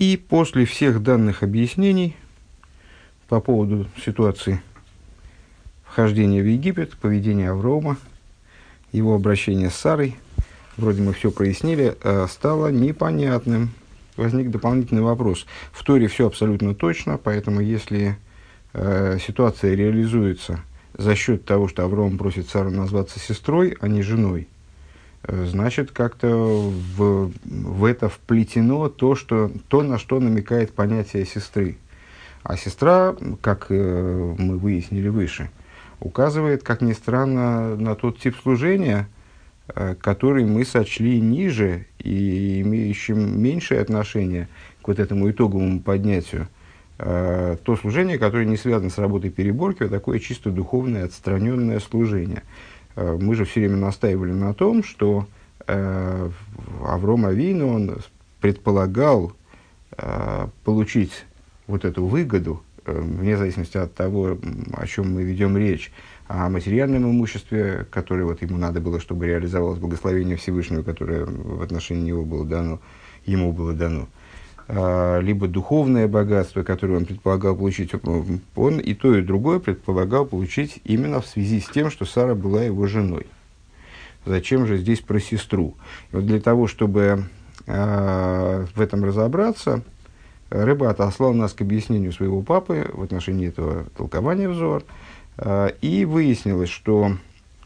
И после всех данных объяснений по поводу ситуации вхождения в Египет, поведения Аврома, его обращения с Сарой, вроде мы все прояснили, стало непонятным. Возник дополнительный вопрос. В Торе все абсолютно точно, поэтому если ситуация реализуется за счет того, что Авром просит Сару назваться сестрой, а не женой, значит, как-то в это вплетено то, на что намекает понятие сестры. А сестра, как мы выяснили выше, указывает, как ни странно, на тот тип служения, который мы сочли ниже и имеющим меньшее отношение к вот этому итоговому поднятию. То служение, которое не связано с работой переборки, а такое чисто духовное, отстраненное служение. Мы же все время настаивали на том, что Авром Авину, он предполагал получить вот эту выгоду, вне зависимости от того, о чем мы ведем речь, о материальном имуществе, которое вот ему надо было, чтобы реализовалось благословение Всевышнего, которое в отношении него было дано, ему было дано, либо духовное богатство, которое он предполагал получить, он и то, и другое предполагал получить именно в связи с тем, что Сара была его женой. Зачем же здесь про сестру? И вот для того, чтобы в этом разобраться, Рэбе отослал нас к объяснению своего папы в отношении этого толкования в Зоар, и выяснилось, что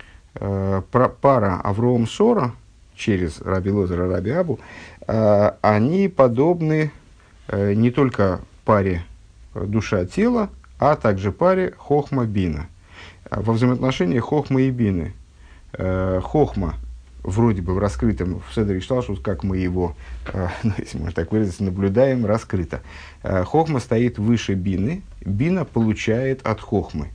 пара Авроам-Сора через Раби Лозера и Раби Абу, они подобны не только паре душа-тело, а также паре Хохма-Бина. Во взаимоотношении Хохма и Бины Хохма вроде бы в раскрытом в Седер Ишталшус, как мы его, если можно так выразиться, наблюдаем, раскрыто. Хохма стоит выше Бины, Бина получает от Хохмы.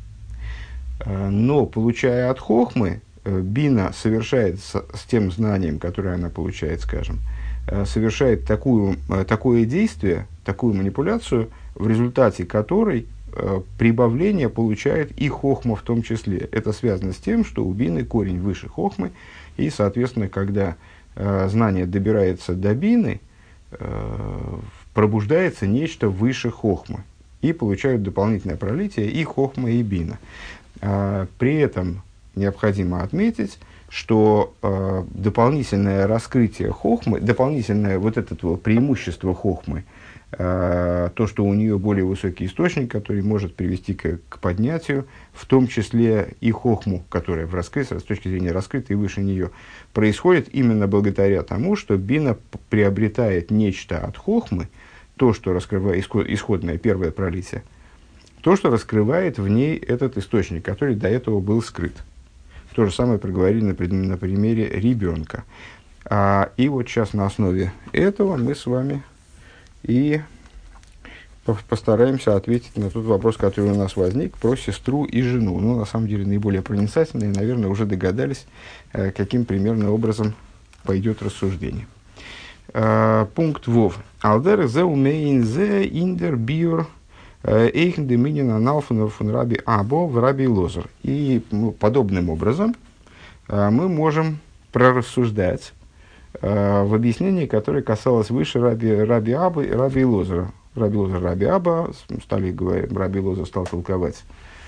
Но, получая от Хохмы, Бина совершает с тем знанием, которое она получает, скажем, совершает такое действие, такую манипуляцию, в результате которой прибавление получает и Хохма в том числе. Это связано с тем, что у Бины корень выше Хохмы, и, соответственно, когда знание добирается до Бины, пробуждается нечто выше Хохмы, и получают дополнительное пролитие и Хохма, и Бина. При этом необходимо отметить, что дополнительное раскрытие Хохмы, дополнительное вот это преимущество Хохмы, то, что у нее более высокий источник, который может привести к поднятию, в том числе и Хохму, которая с точки зрения раскрытой выше нее, происходит именно благодаря тому, что Бина приобретает нечто от Хохмы, то, что раскрывает исходное первое пролитие, то, что раскрывает в ней этот источник, который до этого был скрыт. То же самое проговорили на примере ребенка. И вот сейчас на основе этого мы с вами и постараемся ответить на тот вопрос, который у нас возник, про сестру и жену. Ну, на самом деле, наиболее проницательные, наверное, уже догадались, каким примерно образом пойдет рассуждение. Пункт ВОВ. Алдер зе умейн зе индер биор эйхн деминин аналфун фун раби Або в раби Лозер. И подобным образом мы можем прорассуждать в объяснении, которое касалось выше раби Абы и раби Лозера. Раби Лозер, раби Аба, раби Лозер стал толковать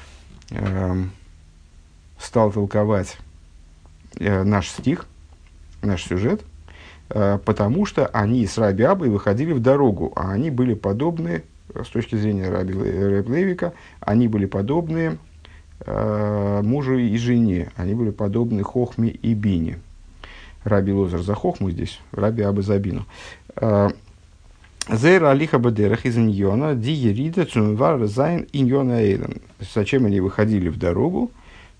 наш стих, наш сюжет, потому что они с раби Абой выходили в дорогу, а они были подобны, с точки зрения раби Левика, они были подобны мужу и жене, они были подобны Хохме и Бине. Раби Лозер за Хохму здесь, раби Аба за Бину. Зейр алиха бадерах из иньона, ди ерида цунвар зайн иньона эйлен. Зачем они выходили в дорогу?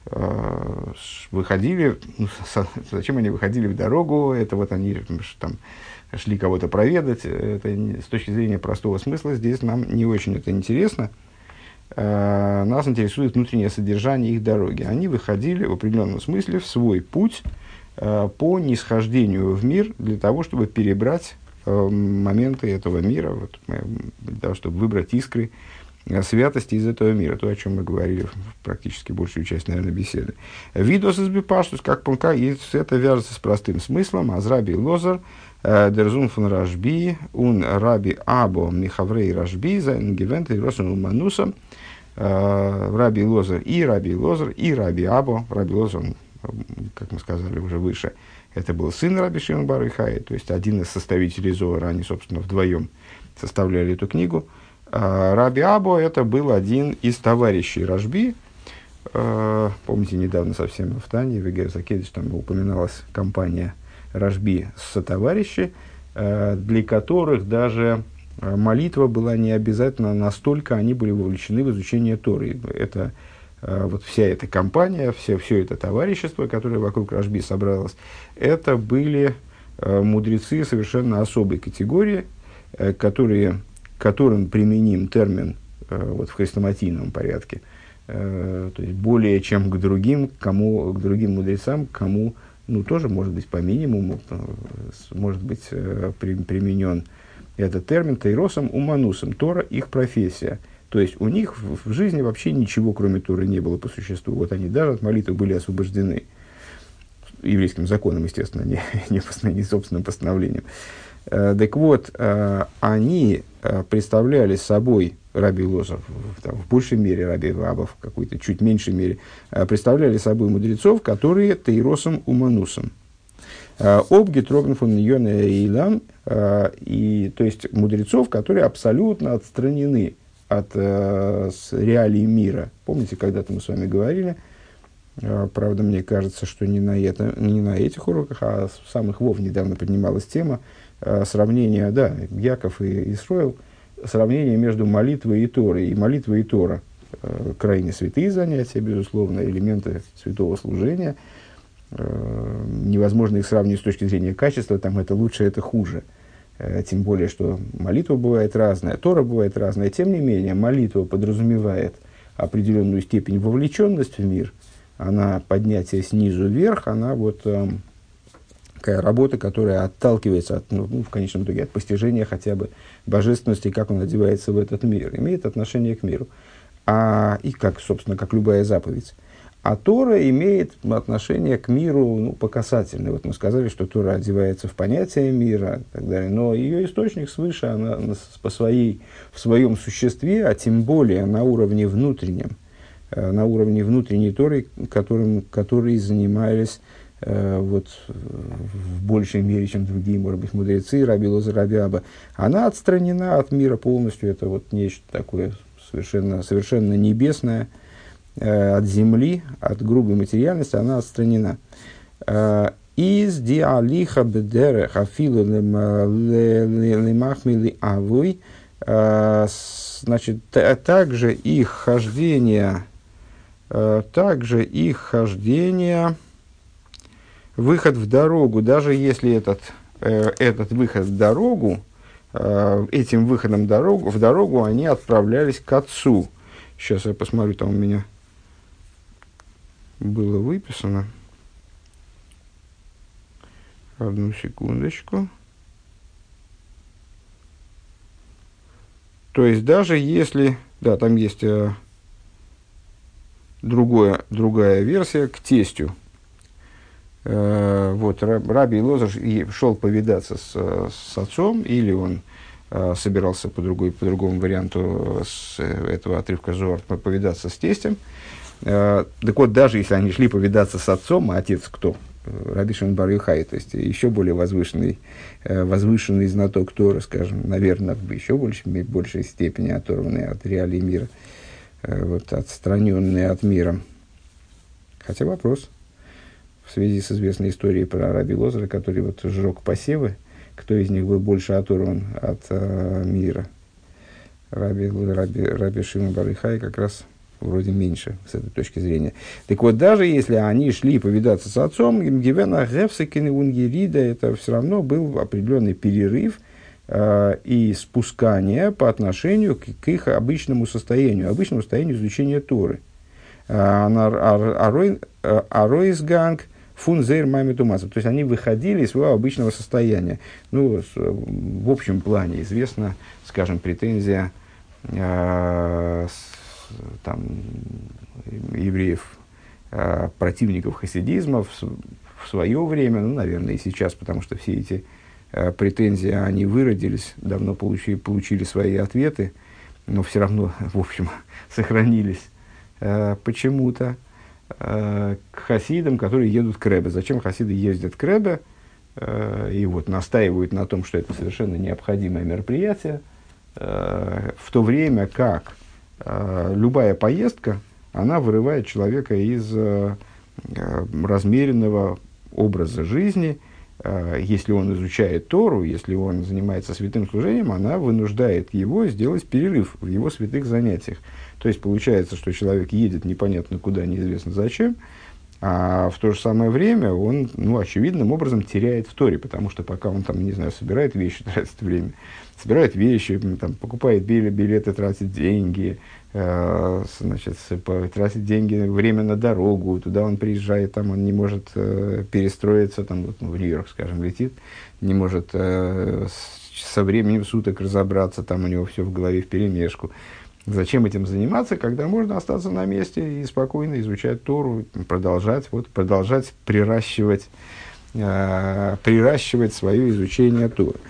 Зачем они выходили в дорогу? Это вот они там шли кого-то проведать. Это с точки зрения простого смысла здесь нам не очень это интересно. Нас интересует внутреннее содержание их дороги. Они выходили в определенном смысле в свой путь по нисхождению в мир для того, чтобы перебрать моменты этого мира, для того, чтобы выбрать искры святости из этого мира. То, о чем мы говорили практически большую часть, наверное, беседы. Видос из бипаштус, как понка, и это вяжется с простым смыслом. Азраби лозер, дерзун фон рашби, ун раби або михаврей рашби, за ингивенты и росун манусом. Раби лозер, и раби або. Раби лозер, как мы сказали уже выше, это был сын Раби Шимон бар Йохай, то есть один из составителей Зоара, они, собственно, вдвоем составляли эту книгу. Раби Або это был один из товарищей Рашби. Помните, недавно совсем в Тане, в Игер Закедиш, там упоминалась компания Рашби сотоварищи, для которых даже молитва была не обязательно, настолько они были вовлечены в изучение Торы. Это вот вся эта компания, все это товарищество, которое вокруг Рашби собралось, это были мудрецы совершенно особой категории, которым применим термин вот, в хрестоматийном порядке, то есть более чем к другим мудрецам, кому тоже может быть по минимуму, может быть применен этот термин тейросом уманусом, Тора их профессия. То есть у них в жизни вообще ничего, кроме Торы, не было по существу. Вот они даже от молитвы были освобождены еврейским законом, естественно, не собственным постановлением. Так вот, они представляли собой, Раби Лозер, в большей мере, Раби Або в какой-то чуть меньшей мере, представляли собой мудрецов, которые тейросом уманусом. Обги троген фон Йона и Илам, то есть мудрецов, которые абсолютно отстранены от реалий мира. Помните, когда-то мы с вами говорили, правда, мне кажется, что не на этих уроках, а в самых Вов недавно поднималась тема сравнения, Яков и Исроил, сравнение между молитвой и Торой. И молитва и Тора крайне святые занятия, безусловно, элементы святого служения. Невозможно их сравнивать с точки зрения качества, там это лучше, это хуже. Тем более, что молитва бывает разная, Тора бывает разная. Тем не менее, молитва подразумевает определенную степень вовлеченности в мир. Она поднятие снизу вверх, она вот такая работа, которая отталкивается от, в конечном итоге от постижения хотя бы божественности, как он одевается в этот мир, имеет отношение к миру. И как, собственно, как любая заповедь. А Тора имеет отношение к миру по касательной. Вот мы сказали, что Тора одевается в понятие мира и так далее, но ее источник свыше, она в своем существе, а тем более на уровне внутреннем, на уровне внутренней Торы, которые занимались в большей мере, чем другие, может быть, мудрецы, Раби Лозер, Раби Або, она отстранена от мира полностью. Это вот нечто такое совершенно небесное, от земли, от грубой материальности, она отстранена. Из диалиха бедерех афилу лемахмили авуй, значит, также их хождение, выход в дорогу, даже если этот выход в дорогу, этим выходом в дорогу они отправлялись к отцу. Сейчас я посмотрю, там у меня было выписано. Одну секундочку. То есть, даже если... Да, там есть другая версия, к тестю. Вот, Раби Лозер шел повидаться с отцом, или он собирался по другому варианту с этого отрывка Зоар повидаться с тестем. Так вот, даже если они шли повидаться с отцом, а отец кто? Раби Шимон бар Йохай, то есть еще более возвышенный знаток Торы, скажем, наверное, в еще большей степени оторванный от реалий мира, отстраненный от мира. Хотя вопрос в связи с известной историей про Раби Лозера, который сжег посевы, кто из них был больше оторван от мира. Раби Шимон бар Йохай как раз вроде меньше с этой точки зрения. Так вот, даже если они шли повидаться с отцом, это все равно был определенный перерыв и спускание по отношению к их обычному состоянию изучения Торы. Аройсганг фунзейр мамитумаса. То есть они выходили из своего обычного состояния. В общем плане известна, скажем, претензия там, евреев, противников хасидизма в свое время, ну, наверное, и сейчас, потому что все эти претензии, они выродились, давно получили свои ответы, но все равно, в общем, сохранились почему-то к хасидам, которые едут к Ребе. Зачем хасиды ездят к Ребе? И вот настаивают на том, что это совершенно необходимое мероприятие, в то время как любая поездка, она вырывает человека из размеренного образа жизни. Если он изучает Тору, если он занимается святым служением, она вынуждает его сделать перерыв в его святых занятиях. То есть получается, что человек едет непонятно куда, неизвестно зачем, а в то же самое время он, очевидным образом теряет в Торе, потому что пока он там, не знаю, собирает вещи, тратит время, собирает вещи, там, покупает билеты, тратит деньги, тратит деньги, время на дорогу, туда он приезжает, там он не может перестроиться, там, вот, в Нью-Йорк, скажем, летит, не может со временем суток разобраться, там у него все в голове вперемешку. Зачем этим заниматься, когда можно остаться на месте и спокойно изучать Тору, продолжать приращивать свое изучение Торы.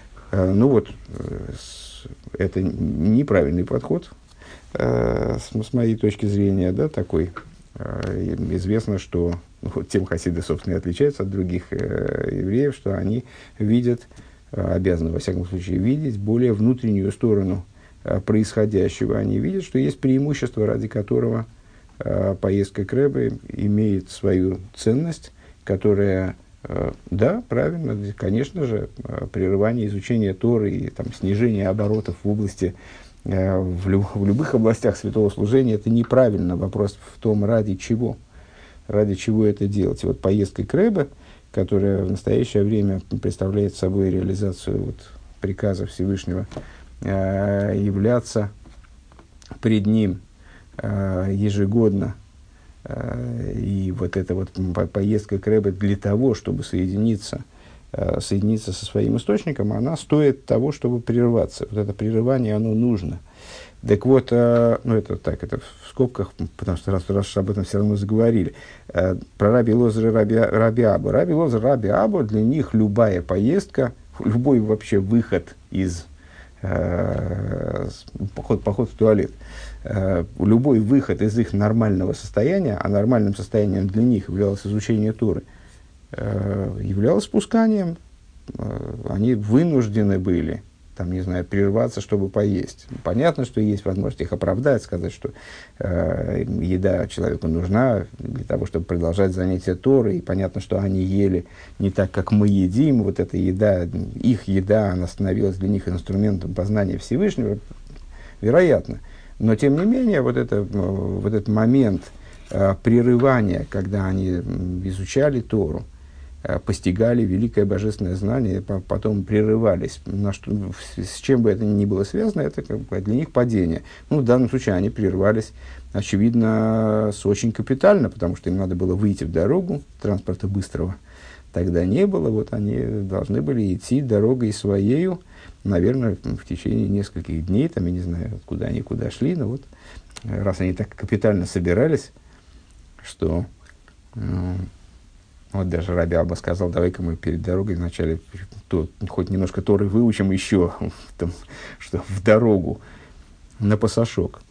Это неправильный подход, с моей точки зрения, да, такой. Известно, что тем хасиды, собственно, и отличаются от других евреев, что они видят, обязаны, во всяком случае, видеть более внутреннюю сторону происходящего. Они видят, что есть преимущество, ради которого поездка к Ребе имеет свою ценность, которая, да, правильно, конечно же, прерывание изучения Торы и там, снижение оборотов в области, в любых областях святого служения, это неправильно. Вопрос в том, ради чего это делать. И вот поездка к Ребе, которая в настоящее время представляет собой реализацию приказа Всевышнего, являться пред ним ежегодно, и вот эта вот поездка к Ребе для того, чтобы соединиться со своим источником, она стоит того, чтобы прерваться. Вот это прерывание, оно нужно. Так вот, это в скобках, потому что раз об этом все равно заговорили. Про Раби Лозер и Раби Абу. Раби Лозер и Раби Абу, для них любая поездка, любой вообще выход из поход в туалет, любой выход из их нормального состояния, а нормальным состоянием для них являлось изучение Торы, являлось спусканием. Они вынуждены были, там, не знаю, прерваться, чтобы поесть. Понятно, что есть возможность их оправдать, сказать, что еда человеку нужна для того, чтобы продолжать занятия Торы, и понятно, что они ели не так, как мы едим. Вот эта еда, их еда, она становилась для них инструментом познания Всевышнего, вероятно. Но, тем не менее, вот этот момент прерывания, когда они изучали Тору, постигали великое божественное знание, потом прерывались, с чем бы это ни было связано, это для них падение. В данном случае они прервались, очевидно, очень капитально, потому что им надо было выйти в дорогу, транспорта быстрого тогда не было, они должны были идти дорогой своею, наверное, в течение нескольких дней, там, я не знаю, куда они шли, но раз они так капитально собирались, что даже Раби Абба сказал, давай-ка мы перед дорогой вначале хоть немножко Торы выучим еще, что в дорогу, на пасашок.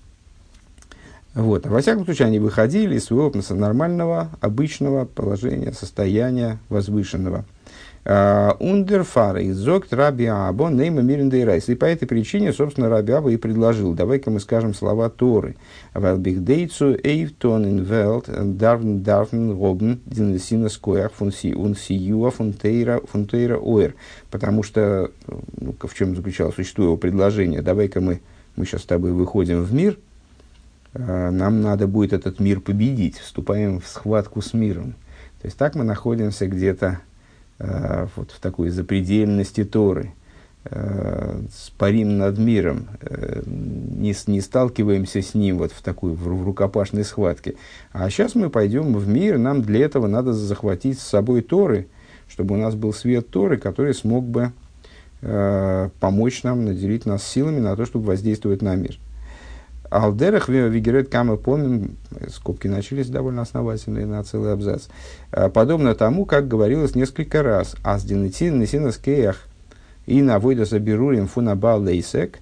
А во всяком случае, они выходили из своего нормального, обычного положения, состояния возвышенного. Ундерфара изогт Раби Або нейма мирен дейрайс. И по этой причине, собственно, Раби Або и предложил, давай-ка мы скажем слова Торы. Валбихдейцу эйвтон инвелт дарфн робн динесина скоях фунсиюа фунтейра оэр. Потому что, в чем заключалось существо его предложения, давай-ка мы сейчас с тобой выходим в мир, нам надо будет этот мир победить, вступаем в схватку с миром. То есть так мы находимся где-то в такой запредельности Торы, парим над миром, не сталкиваемся с ним в рукопашной схватке. А сейчас мы пойдем в мир, нам для этого надо захватить с собой Торы, чтобы у нас был свет Торы, который смог бы помочь нам, наделить нас силами на то, чтобы воздействовать на мир. Алдерах вигерет кама помним, скобки начались довольно основательные на целый абзац. Подобно тому, как говорилось несколько раз, аз динетин несинас кеях и навойда заберурим фуна баалейсек,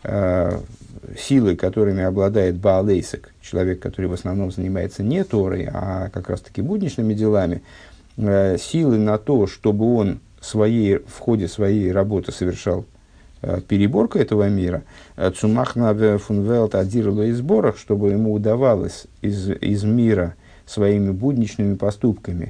силы, которыми обладает баалейсек, человек, который в основном занимается не Торой, а как раз таки будничными делами, силы на то, чтобы он в ходе своей работы совершал переборку этого мира, цумахна фунвелт адирло и сборах, чтобы ему удавалось из мира своими будничными поступками,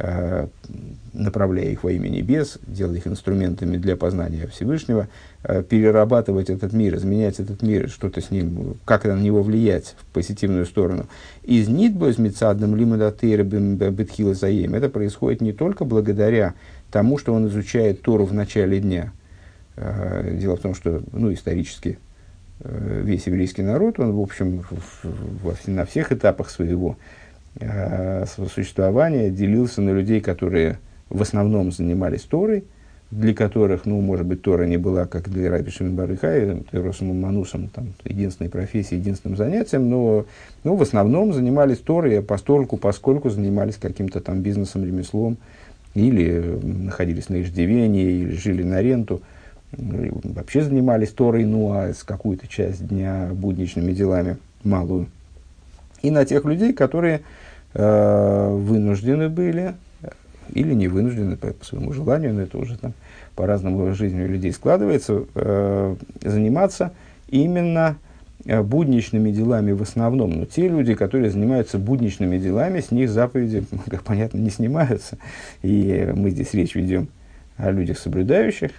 направляя их во имя небес, делая их инструментами для познания Всевышнего, перерабатывать этот мир, изменять этот мир, что-то с ним, как-то на него влиять в позитивную сторону. Из нитбо с мецадным лимудатырбым бетхила заем. Это происходит не только благодаря тому, что он изучает Тору в начале дня. Дело в том, что исторически весь еврейский народ, он, в общем, на всех этапах своего существования делился на людей, которые в основном занимались Торой, для которых, может быть, Тора не была, как для Раби Шимон бар Йохай, Росом Манусом, единственной профессией, единственным занятием, но в основном занимались Торой, поскольку занимались каким-то там бизнесом, ремеслом, или находились на иждивении, или жили на ренту, вообще занимались Торой, а с какую-то часть дня будничными делами, малую. И на тех людей, которые вынуждены были, или не вынуждены по своему желанию, но это уже там по-разному жизнь у людей складывается, заниматься именно будничными делами в основном. Но те люди, которые занимаются будничными делами, с них заповеди, как понятно, не снимаются. И мы здесь речь ведем о людях соблюдающих,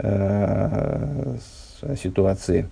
о ситуации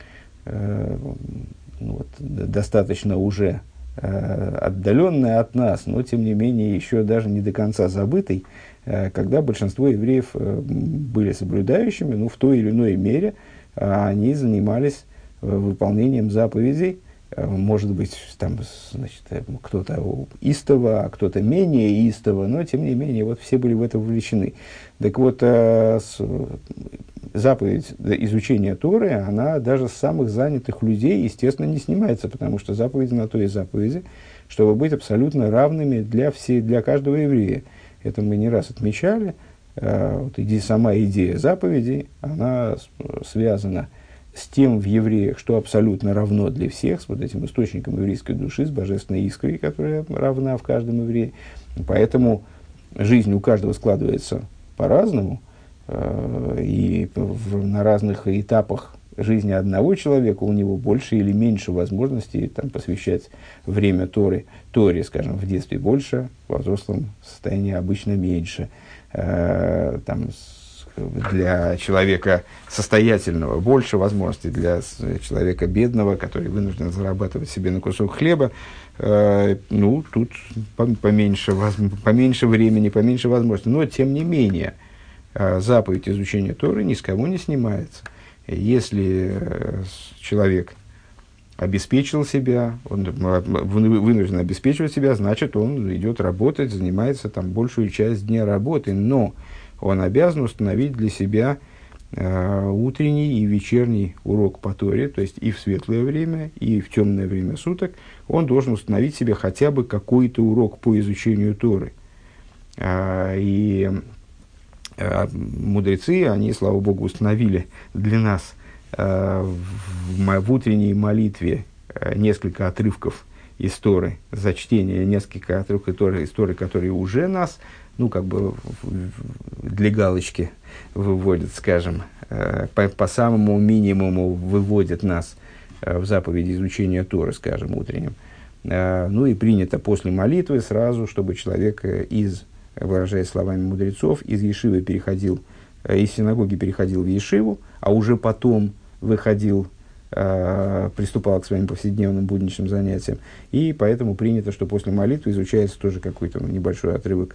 достаточно уже отдаленная от нас, но тем не менее еще даже не до конца забытой, когда большинство евреев были соблюдающими, в той или иной мере они занимались выполнением заповедей. Может быть, кто-то истово, а кто-то менее истово, но тем не менее все были в это вовлечены. Так вот, заповедь изучения Торы, она даже с самых занятых людей, естественно, не снимается, потому что заповеди на то и заповеди, чтобы быть абсолютно равными для каждого еврея. Это мы не раз отмечали. Сама идея заповедей, она связана с тем в евреях, что абсолютно равно для всех, с этим источником еврейской души, с божественной искрой, которая равна в каждом еврее. Поэтому жизнь у каждого складывается по-разному, и на разных этапах жизни одного человека у него больше или меньше возможностей посвящать время Торе, скажем, в детстве больше, во взрослом состоянии обычно меньше. Для человека состоятельного больше возможностей, для человека бедного, который вынужден зарабатывать себе на кусок хлеба, тут поменьше времени, поменьше возможностей. Но, тем не менее, заповедь изучения Торы ни с кого не снимается. Если человек обеспечил себя, он вынужден обеспечивать себя, значит, он идет работать, занимается большую часть дня работы, но он обязан установить для себя утренний и вечерний урок по Торе, то есть и в светлое время, и в темное время суток, он должен установить себе хотя бы какой-то урок по изучению Торы. И мудрецы, они, слава Богу, установили для нас в утренней молитве несколько отрывков из Торы, за чтение несколько отрывков из Торы, которые уже нас, для галочки выводят, скажем, по самому минимуму выводят нас в заповеди изучения Торы, скажем, утренним. И принято после молитвы сразу, чтобы человек выражаясь словами мудрецов, из ешивы переходил, из синагоги переходил в ешиву, а уже потом приступал к своим повседневным будничным занятиям. И поэтому принято, что после молитвы изучается тоже какой-то небольшой отрывок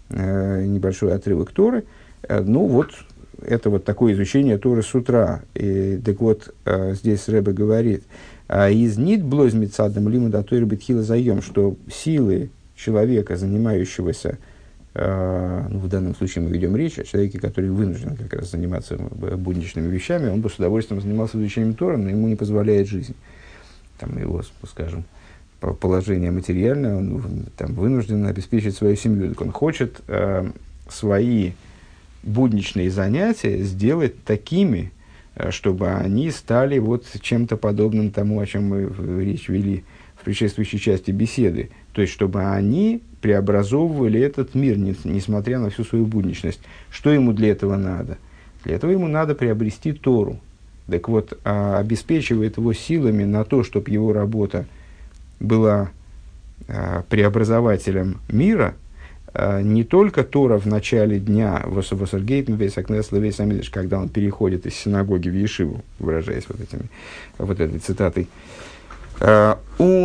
Торы. Это такое изучение Торы с утра. Здесь Ребе говорит, из нит блоз мицадам лимуда Торы бетхила заем, что силы человека, занимающегося в данном случае мы ведем речь о человеке, который вынужден как раз заниматься будничными вещами, он бы с удовольствием занимался изучением Торы, но ему не позволяет жизнь. Там его, скажем, положение материальное, он там вынужден обеспечить свою семью. Так он хочет свои будничные занятия сделать такими, чтобы они стали вот чем-то подобным тому, о чем мы речь вели в предшествующей части беседы. То есть, чтобы они преобразовывали этот мир, несмотря на всю свою будничность. Что ему для этого надо? Для этого ему надо приобрести Тору. Так вот, обеспечивает его силами на то, чтобы его работа была преобразователем мира, не только Тора в начале дня, когда он переходит из синагоги в ешиву, выражаясь вот этой цитатой, а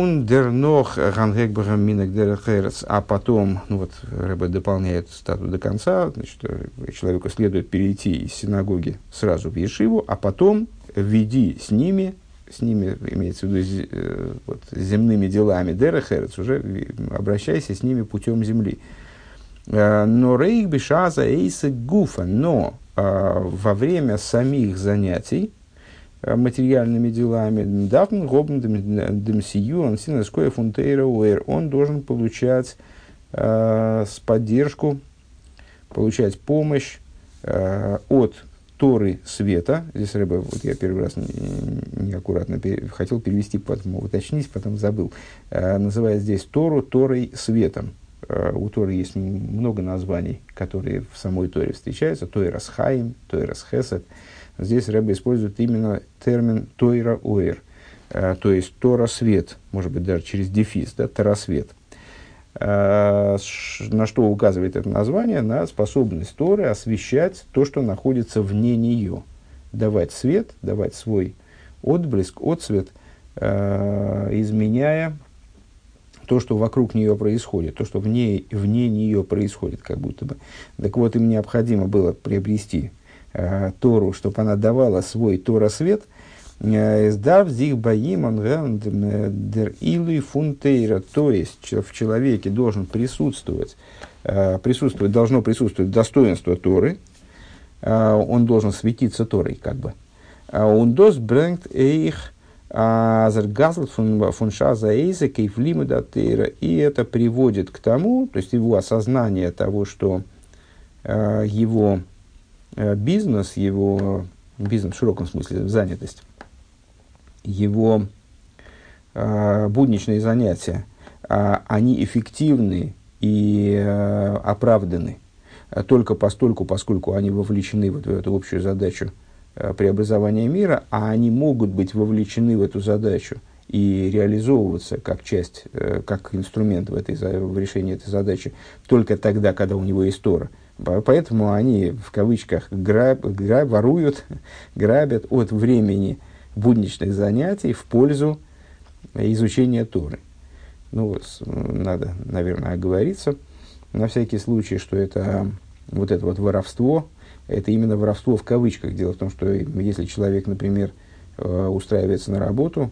потом, Рэбе дополняет цитату до конца, значит, человеку следует перейти из синагоги сразу в ешиву, а потом веди с ними, имеется в виду земными делами, дерехерец, уже обращайся с ними путем земли. Но рейх бешаза эйса гуфа, но во время самих занятий материальными делами, дафн гобн демсию, он синескоя фунтейра уэр, он должен получать поддержку, получать помощь от Торы света. Здесь Рэбе, вот я первый раз неаккуратно хотел перевести, потом уточнить, потом забыл. Называет здесь Тору Торой светом. У Торы есть много названий, которые в самой Торе встречаются. Тойрас Хаим, Тойрас Хесед. Здесь Рэбе использует именно термин Тойра Оэр, то есть Тора свет, может быть, даже через дефис, да, Торосвет. На что указывает это название? На способность Торы освещать то, что находится вне нее. Давать свет, давать свой отблеск, отсвет, изменяя то, что вокруг нее происходит, то, что вне нее происходит, как будто бы. Так вот, им необходимо было приобрести Тору, чтобы она давала свой Тора-свет, то есть в человеке должно присутствовать достоинство Торы, он должен светиться Торой, как бы. И это приводит к тому, то есть его осознание того, что его бизнес в широком смысле, занятость, его будничные занятия, они эффективны и оправданы только постольку, поскольку они вовлечены в эту общую задачу преобразования мира, а они могут быть вовлечены в эту задачу и реализовываться как часть, как инструмент в решении этой задачи только тогда, когда у него есть Тора. Поэтому они, в кавычках, воруют, грабят от времени будничных занятий в пользу изучения Торы. Надо, наверное, оговориться на всякий случай, что это воровство, это именно воровство в кавычках. Дело в том, что если человек, например, устраивается на работу,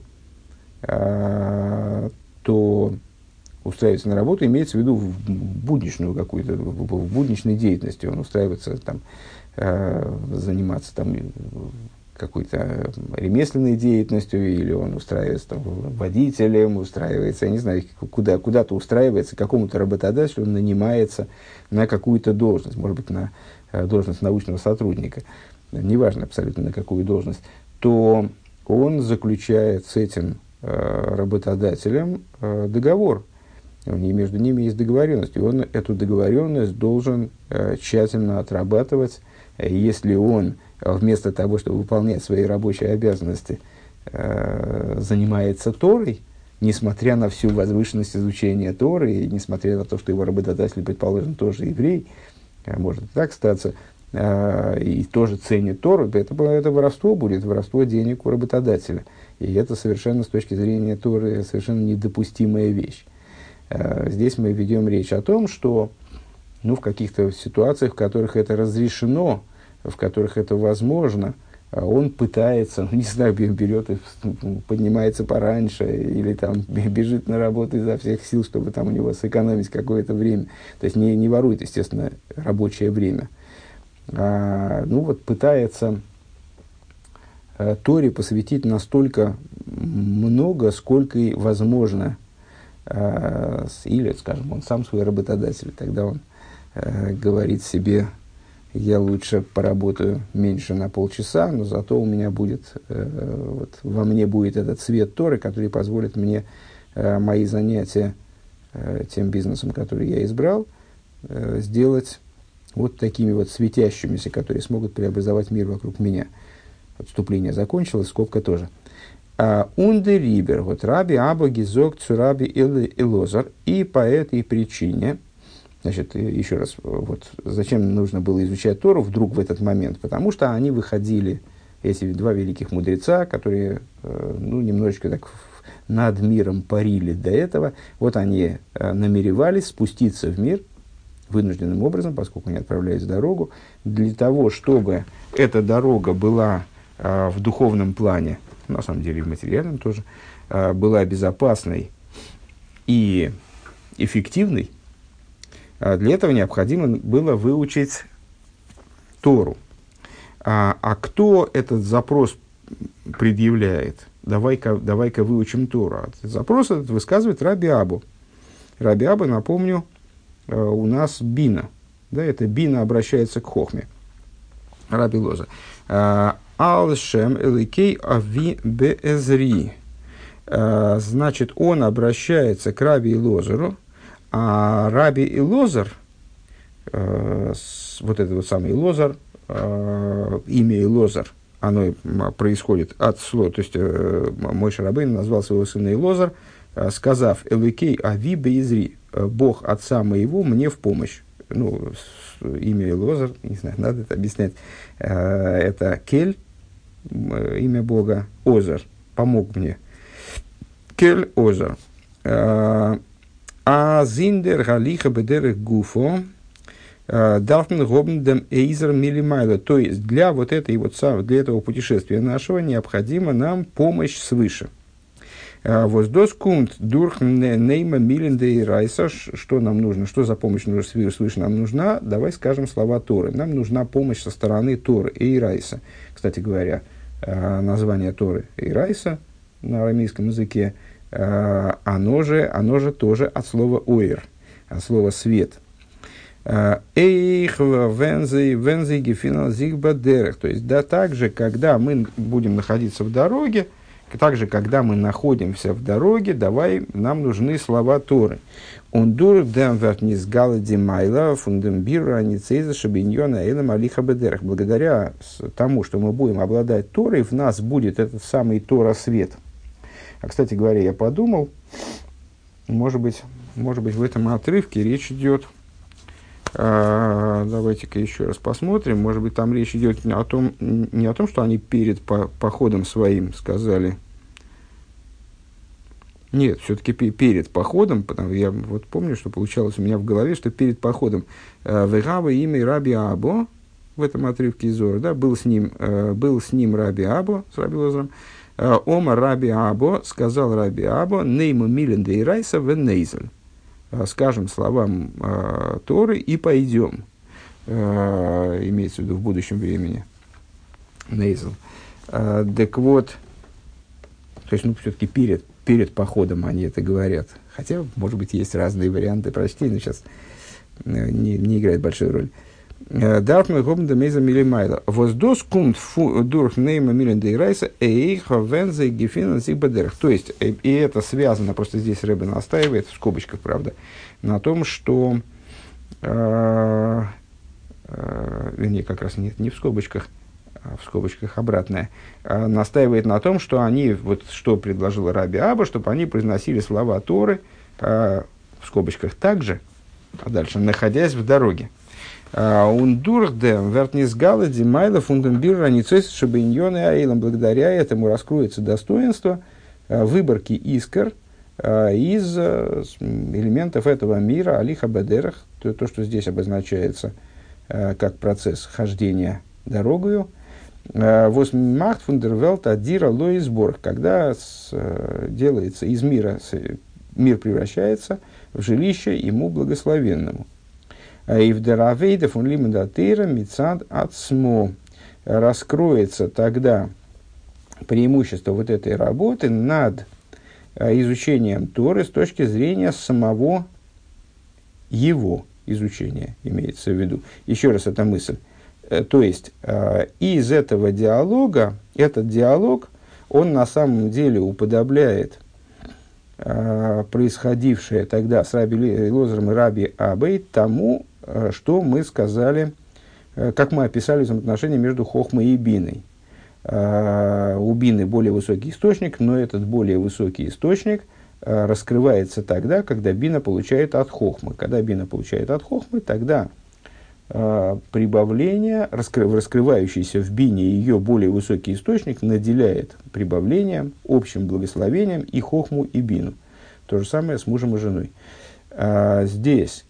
то устраивается на работу имеется в виду в будничную какую-то, в будничной деятельности. Он устраивается заниматься какой-то ремесленной деятельностью, или он устраивается водителем, устраивается, я не знаю, куда-то устраивается, какому-то работодателю, он нанимается на какую-то должность, может быть, на должность научного сотрудника, неважно абсолютно на какую должность, то он заключает с этим работодателем договор. Между ними есть договоренность, и он эту договоренность должен тщательно отрабатывать. Если он вместо того, чтобы выполнять свои рабочие обязанности, занимается Торой, несмотря на всю возвышенность изучения Торы, и несмотря на то, что его работодатель, предположим, тоже еврей, может и так статься, и тоже ценит Тору, это воровство будет, воровство денег у работодателя. И это совершенно, с точки зрения Торы, совершенно недопустимая вещь. Здесь мы ведем речь о том, что в каких-то ситуациях, в которых это разрешено, в которых это возможно, он пытается, не знаю, берет и поднимается пораньше, или там бежит на работу изо всех сил, чтобы там у него сэкономить какое-то время. То есть не ворует, естественно, рабочее время. Пытается Торе посвятить настолько много, сколько и возможно. Или, скажем, он сам свой работодатель, тогда он говорит себе: я лучше поработаю меньше на полчаса, но зато у меня будет, во мне будет этот свет Торы, который позволит мне мои занятия тем бизнесом, который я избрал, сделать вот такими вот светящимися, которые смогут преобразовать мир вокруг меня. Отступление закончилось, скобка тоже. Унде рибер, вот раби Абба гизок цураби Элозар, и по этой причине, значит, еще раз, вот зачем нужно было изучать Тору вдруг в этот момент? Потому что они выходили, эти два великих мудреца, которые, немножечко так над миром парили до этого, вот они намеревались спуститься в мир вынужденным образом, поскольку они отправлялись в дорогу, для того, чтобы эта дорога была в духовном плане, на самом деле и в материальном тоже, была безопасной и эффективной. Для этого необходимо было выучить Тору. Кто этот запрос предъявляет? Давай-ка выучим Тору. Запрос этот высказывает Раби Аббу. Раби Абба, напомню, у нас бина. Да, это бина обращается к хохме. Раби Лоза. Ал-шем эликей ави беэзри. Значит, он обращается к Раби Илозеру, а Раби Илозер, вот этот вот самый Илозер, имя Илозер, оно происходит от слова, то есть Моше Рабейну назвал своего сына Илозер, сказав: «Эликей ави беэзри», «Бог отца моего мне в помощь». Имя Илозер, не знаю, надо это объяснять. Это Кель, имя Бога, Озер, помог мне. Кель Озер. А зиндер галиха бедерех гуфо дарфен гобндем эйзер милимайла. То есть для этого путешествия нашего необходима нам помощь свыше. Воздос кунт дурх нейма милинде и райса. Что нам нужно? Что за помощь свыше нам нужна? Давай скажем слова Торы. Нам нужна помощь со стороны Торы и райса. Кстати говоря, название Торы и райса на арамейском языке, оно же тоже от слова ойр, от слова свет. Эйх вензи гефинал зигбадерех. То есть, да, также, когда мы будем находиться в дороге, также, когда мы находимся в дороге, нам нужны слова Торы. Благодаря тому, что мы будем обладать Торой, в нас будет этот самый Тора свет. Кстати говоря, я подумал, может быть, в этом отрывке речь идет, давайте-ка еще раз посмотрим, может быть, там речь идет не о том, что они перед походом своим сказали. Нет, все-таки перед походом, потому я вот помню, что получалось у меня в голове, что перед походом «Вегава имя Раби Аббо», в этом отрывке из Зора, да, был с ним Раби Аббо, с Раби Лозером, «Ома Раби Аббо», сказал Раби Аббо, «Нейму милен де ирайса венейзель». Скажем словам Торы и пойдем. Имеется в виду в будущем времени. Нейзель. Так вот, то есть, все-таки перед походом они это говорят. Хотя, может быть, есть разные варианты прочтения, но сейчас не играет большую роль. Дарфмы гобнда мейза милимайла. Воздос кунт дурх нейма милен де ирайса эйха вензе гефина зигбадерх. То есть, и это связано, просто здесь Ребе настаивает, в скобочках, правда, на том, что... вернее, как раз нет, не в скобочках, а в скобочках обратное. Настаивает на том, что они, вот что предложил Раби Абба, чтобы они произносили слова Торы, в скобочках также, а дальше, находясь в дороге. Благодаря этому раскроется достоинство выборки искр из элементов этого мира, алиха бедерах, то, что здесь обозначается как процесс хождения дорогою, Восмахт фундервелт адира лоисборг, когда делается из мира, мир превращается в жилище ему благословенному. И в деравейда фун лимудатыра мицад ацмо, раскроется тогда преимущество вот этой работы над изучением Торы с точки зрения самого его изучения, имеется в виду. Еще раз эта мысль. То есть, из этого диалога, этот диалог, он на самом деле уподобляет происходившее тогда с Раби Лозером и Раби Абей тому, что мы сказали, как мы описали взаимоотношения между Хохмой и Биной. У Бины более высокий источник, но этот более высокий источник раскрывается тогда, когда Бина получает от Хохмы. Когда Бина получает от Хохмы, тогда прибавление, раскрывающийся в Бине ее более высокий источник, наделяет прибавлением, общим благословением и Хохму, и Бину. То же самое с мужем и женой. Здесь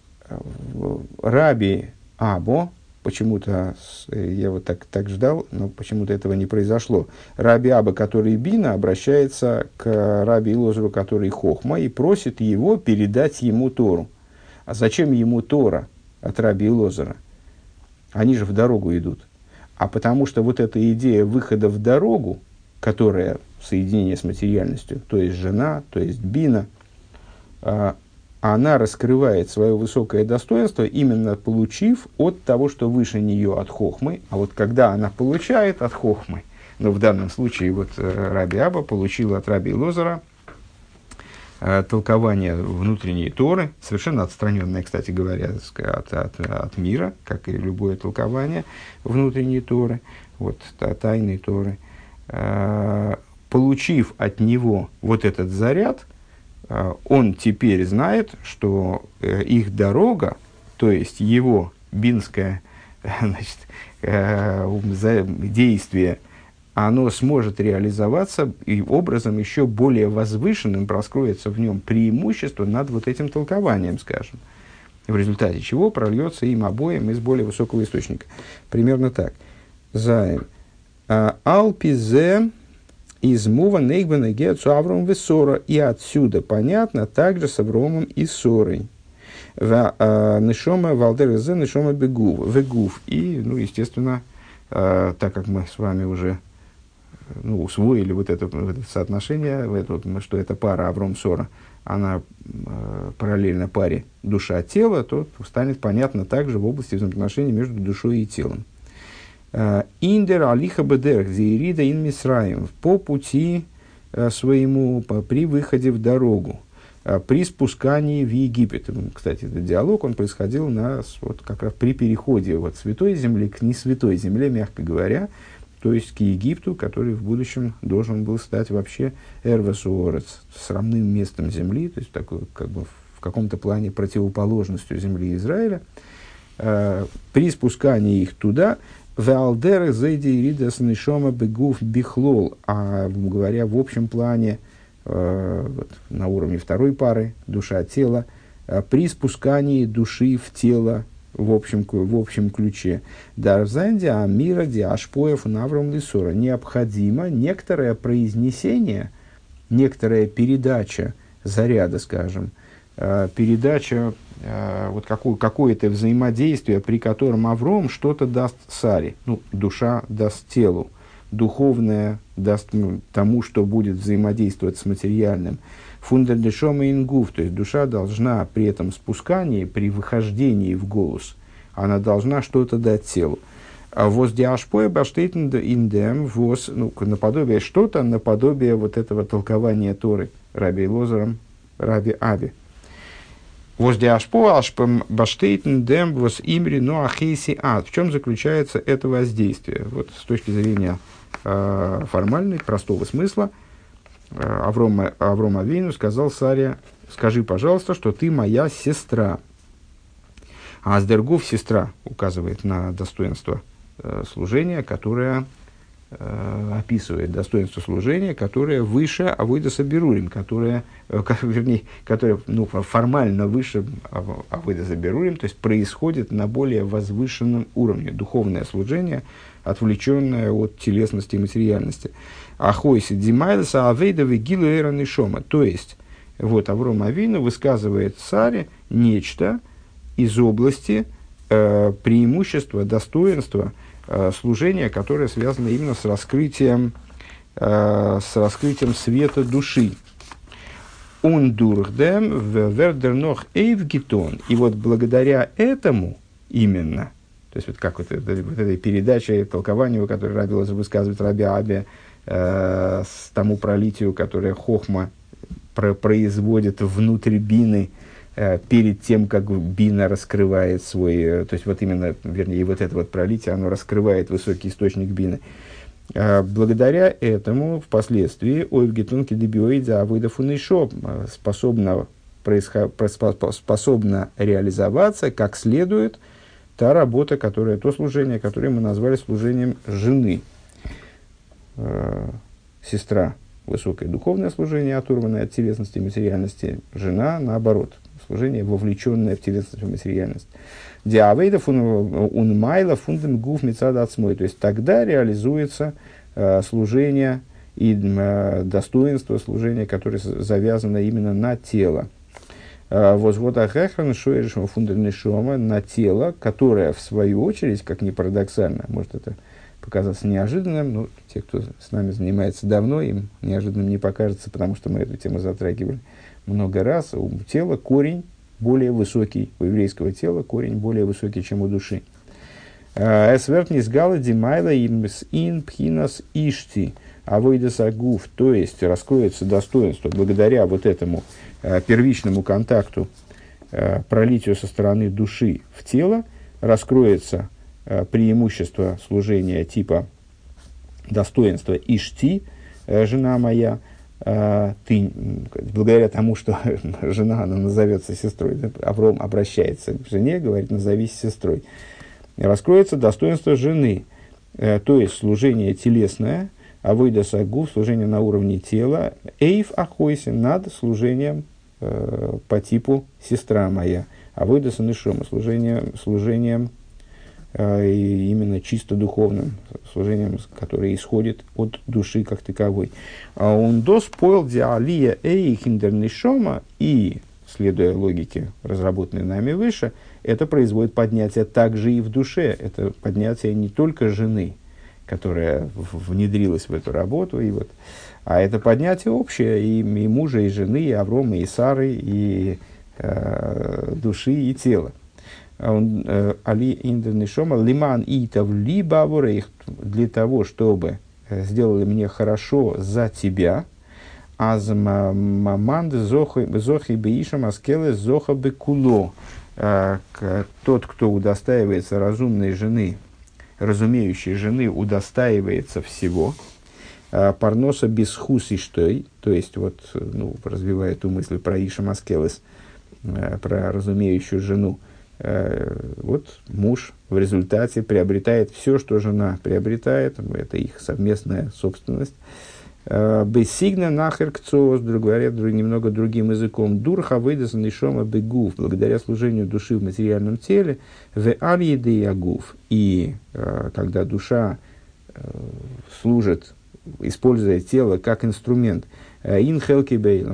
Раби Або, почему-то, я вот так ждал, но почему-то этого не произошло. Раби Аба, который Бина, обращается к Раби Лозеру, который Хохма, и просит его передать ему Тору. А зачем ему Тора от Раби Лозера? Они же в дорогу идут. А потому что вот эта идея выхода в дорогу, которая соединение с материальностью, то есть жена, то есть Бина, она раскрывает свое высокое достоинство, именно получив от того, что выше нее, от Хохмы. А вот когда она получает от Хохмы, но в данном случае вот Раби Аба получил от Раби Лозера толкование внутренней Торы, совершенно отстраненное, кстати говоря, от мира, как и любое толкование внутренней Торы, вот, тайной Торы. Получив от него вот этот заряд, он теперь знает, что их дорога, то есть его бинское, значит, действие, оно сможет реализоваться и образом еще более возвышенным раскроется в нем преимущество над вот этим толкованием, скажем, в результате чего прольется им обоим из более высокого источника. Примерно так. Заем. Алпизе из мува нейгбена геацу Авром весора. И отсюда понятно также с Авромом и Сорой. Нешома валдерзе нешома вегув. И, ну, естественно, так как мы с вами уже усвоили вот это соотношение, что эта пара Авром-Сора, она параллельна паре душа-тело, то станет понятно также в области взаимоотношений между душой и телом. Индер алиха бедерх зирида ин мисраим, по пути своему, при выходе в дорогу, при спускании в Египет. Кстати, этот диалог, он происходил вот как раз при переходе от святой земли к несвятой земле, мягко говоря, то есть к Египту, который в будущем должен был стать вообще эрвесуорец, срамным местом земли, то есть такой, как бы в каком-то плане противоположностью земли Израиля. При спускании их туда, веалдеры зайди ридас нишома бегуф бихлол, а говоря в общем плане, вот, на уровне второй пары, душа-тело, при спускании души в тело в общем ключе. Дарзанди амира диашпоев навром лисора. Необходимо некоторое произнесение, некоторая передача заряда, скажем, передача, вот какое-то взаимодействие, при котором Авром что-то даст Саре, душа даст телу, духовное даст тому, что будет взаимодействовать с материальным. Фундердешома ингуф, то есть душа должна при этом спускании, при выхождении в голос, она должна что-то дать телу. А воздиашпоя баштейтен индем воз, наподобие что-то, наподобие вот этого толкования Торы Раби Лозером, Раби Аби. Воздиашпоя баштейтен дем воз имри ноахейси ад. В чем заключается это воздействие? Вот с точки зрения формальной, простого смысла, Авром Авину сказал Саре: скажи, пожалуйста, что ты моя сестра. А Аздергуф, сестра, указывает на достоинство служения, которое описывает достоинство служения, которое выше авойдаса берурим, которое формально выше авойдаса берурим, то есть происходит на более возвышенном уровне. Духовное служение, отвлеченное от телесности и материальности. Ахойси димайлса авейдовы гилу эраны шома. То есть, вот Авром Авину высказывает царе нечто из области преимущества, достоинства служения, которое связано именно с раскрытием света души. Ундурхдем вердернох эйвгитон. И вот благодаря этому именно, то есть вот как вот этой передаче, толкованию, которое Раби Лозер высказывает Раби Абе, с тому пролитию, которое Хохма производит внутрь бины, перед тем, как бина раскрывает свой, то есть вот именно, вернее, вот это вот пролитие, оно раскрывает высокий источник бины. Благодаря этому впоследствии ойвгетунки дебиоидza авойда фунишо способна реализоваться как следует та работа, то служение, которое мы назвали служением жены. Сестра – высокое духовное служение, оторванное от телесности и материальности. Жена – наоборот, служение, вовлеченное в телесность и материальность. Диавейда унмайла фундам гуф мецада ацмой. То есть тогда реализуется служение и достоинство служения, которое завязано именно на тело. Возвода хэхан шоэшма фундамнешома, на тело, которое в свою очередь, как ни парадоксально, может это показаться неожиданным, но те, кто с нами занимается давно, им неожиданным не покажется, потому что мы эту тему затрагивали много раз. У тела корень более высокий, у еврейского тела корень более высокий, чем у души. Эсвертнис гала димайла имс ин пхинас ишти авойдас агуф, то есть раскроется достоинство благодаря вот этому первичному контакту, пролитию со стороны души в тело, раскроется преимущество служения типа достоинства ишти, жена моя, ты, благодаря тому, что жена, она назовется сестрой, да, Авром обращается к жене, говорит, назовись сестрой, раскроется достоинство жены, то есть служение телесное, авойдас агуф, служение на уровне тела, эйв ахойси, над служением по типу сестра моя, авойдас нешома, служением именно чисто духовным, служением, которое исходит от души как таковой. Он доспоил диалия эйхиндер нешома, и, следуя логике, разработанной нами выше, это производит поднятие также и в душе. Это поднятие не только жены, которая внедрилась в эту работу, и вот, а это поднятие общее и мужа, и жены, и Аврома, и Сары, и души, и тела. Али индернишома лиман итав либо для того, чтобы сделали мне хорошо за тебя, аз маманд зохи беишам аскеле зоха бекуло. Тот, кто удостаивается разумной жены, разумеющей жены, удостаивается всего. Парноса бесхус и штой, то есть, вот, ну, развивая эту мысль про Ишам Аскелес, про разумеющую жену, вот муж в результате приобретает все, что жена приобретает, это их совместная собственность. Бессигна нахер кцоос, говоря немного другим языком, дурха выйдет нишома бегув, благодаря служению души в материальном теле, в арьеды ягув. И когда душа служит, используя тело как инструмент, инхелки бейлом,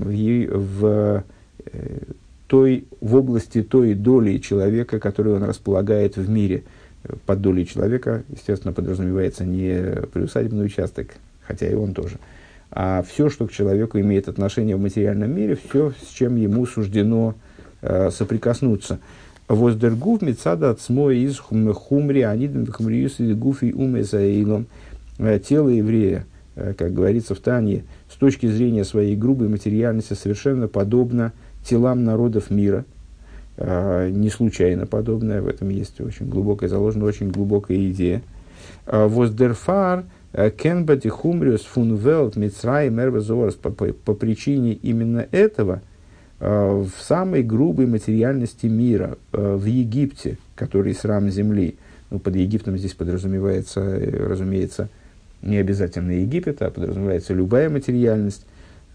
в области той доли человека, которую он располагает в мире. Под долей человека, естественно, подразумевается не приусадебный участок, хотя и он тоже, а все, что к человеку имеет отношение в материальном мире, все, с чем ему суждено соприкоснуться. Воздергуф мецада цмой из хумри аниден хумриюс и гуфи умезаилом. Тело еврея, как говорится в Танье, с точки зрения своей грубой материальности совершенно подобно телам народов мира, не случайно подобное, в этом есть очень глубокая, заложена очень глубокая идея. Воздерфар кенбати хумриус фун велт мицрай мервезорс, по причине именно этого в самой грубой материальности мира, в Египте, который срам земли, ну, под Египтом здесь подразумевается, разумеется, не обязательно Египет, а подразумевается любая материальность.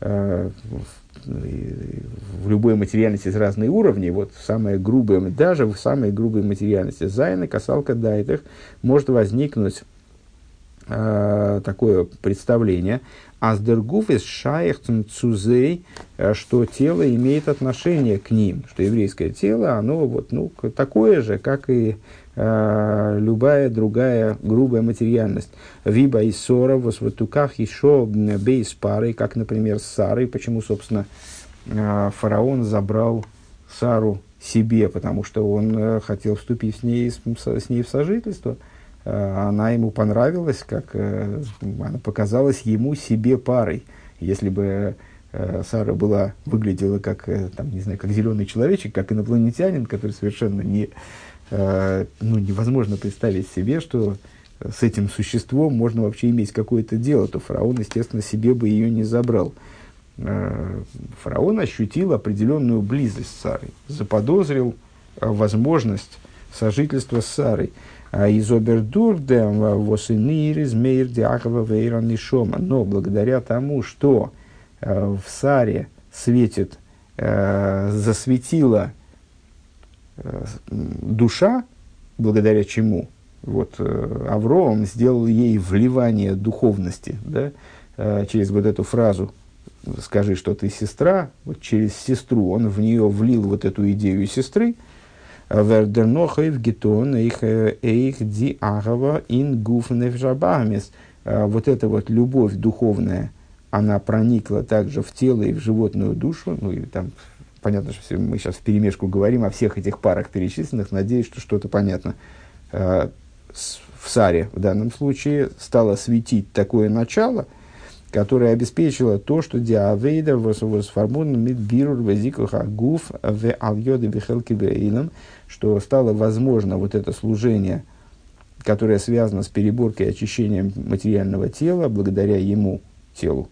В любой материальности есть разные уровни. Вот самая грубая, даже в самой грубой материальности зайна, касалка дайтах, может возникнуть такое представление, аздергуф из шайхтен цузей, что тело имеет отношение к ним, что еврейское тело, оно вот, ну, такое же, как и любая другая грубая материальность. Виба и ссора, в осватуках еще бейс парой, как, например, с Сарой. Почему, собственно, фараон забрал Сару себе? Потому что он хотел вступить с ней в сожительство. Она ему понравилась, как она показалась ему себе парой. Если бы Сара выглядела как, там, не знаю, как зеленый человечек, как инопланетянин, который совершенно невозможно представить себе, что с этим существом можно вообще иметь какое-то дело, то фараон, естественно, себе бы ее не забрал. Фараон ощутил определенную близость с Сарой, заподозрил возможность сожительства с Сарой. Но благодаря тому, что в Саре засветила душа, благодаря чему Авроам сделал ей вливание духовности, да, через вот эту фразу «скажи, что ты сестра», вот через сестру он в нее влил вот эту идею сестры. Вот эта вот любовь духовная, она проникла также в тело и в животную душу. Ну, и там, понятно, что мы сейчас вперемешку говорим о всех этих парах перечисленных, надеюсь, что что-то понятно. В Саре в данном случае стало светить такое начало, которое обеспечило то, что диавейда восформун мидбирур везикуха гуф в алйоды бихелки беилам, что стало возможно вот это служение, которое связано с переборкой и очищением материального тела, благодаря ему, телу,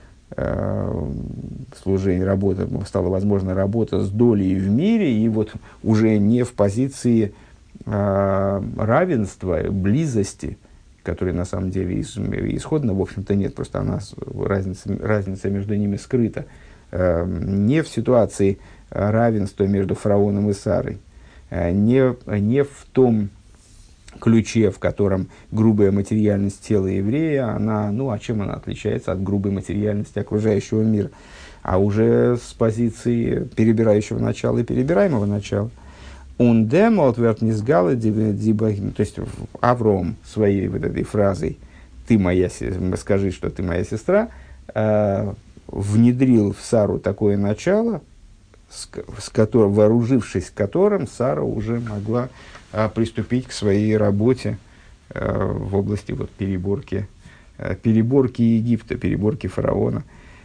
стала возможна работа с долей в мире, и вот уже не в позиции равенства, близости, которой на самом деле исходно, в общем-то, нет, просто разница между ними скрыта, не в ситуации равенства между фараоном и Сарой, не в том ключе, в котором грубая материальность тела еврея, а чем она отличается от грубой материальности окружающего мира, а уже с позиции перебирающего начала и перебираемого начала. Он демолтверт низгалы, то есть Авром своей вот этой фразой «скажи, что ты моя сестра», внедрил в Сару такое начало, вооружившись которым Сара уже могла приступить к своей работе в области вот, переборки Египта, переборки фараона.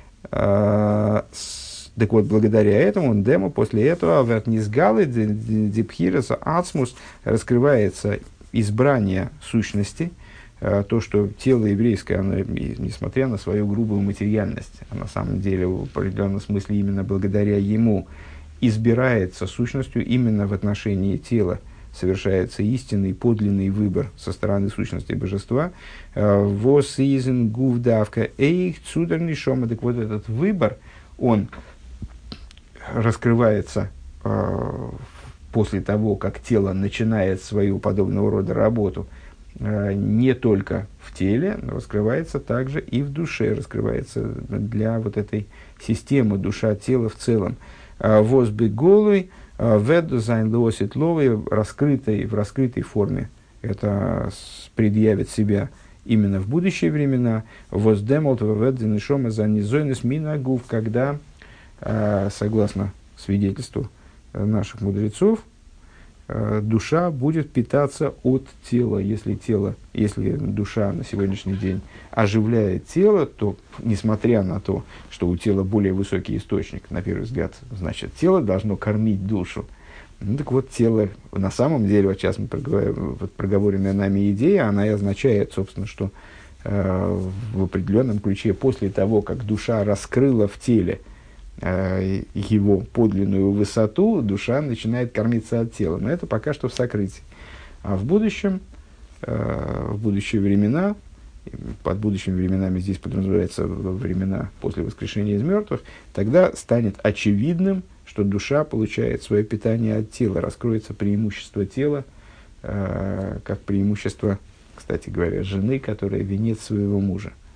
Так вот, благодаря этому Демо после этого вертнизгалы дипхираса ацмус раскрывается избрание сущности, то, что тело еврейское, оно, несмотря на свою грубую материальность, на самом деле в определенном смысле именно благодаря ему избирается сущностью именно в отношении тела, совершается истинный, подлинный выбор со стороны сущности божества. «Вос изен гувдавка эйх цудерный шома». Так вот, этот выбор, он раскрывается после того, как тело начинает свою подобного рода работу, не только в теле, но раскрывается также и в душе, раскрывается для вот этой системы душа-тело в целом. «Возбы голый, веду зайн лосит ловы», в раскрытой форме это предъявит себя именно в будущие времена. «Воздемолт веден шома за низойнес минагув», когда, согласно свидетельству наших мудрецов, душа будет питаться от тела. Если душа на сегодняшний день оживляет тело, то, несмотря на то, что у тела более высокий источник, на первый взгляд, значит, тело должно кормить душу. Ну, так вот, тело, на самом деле, вот сейчас мы проговоренная нами идея, она и означает, собственно, что в определенном ключе, после того, как душа раскрыла в теле его подлинную высоту, душа начинает кормиться от тела. Но это пока что в сокрытии. А в будущем, в будущие времена, под будущими временами здесь подразумевается времена после воскрешения из мертвых, тогда станет очевидным, что душа получает свое питание от тела, раскроется преимущество тела, как преимущество, кстати говоря, жены, которая венец своего мужа.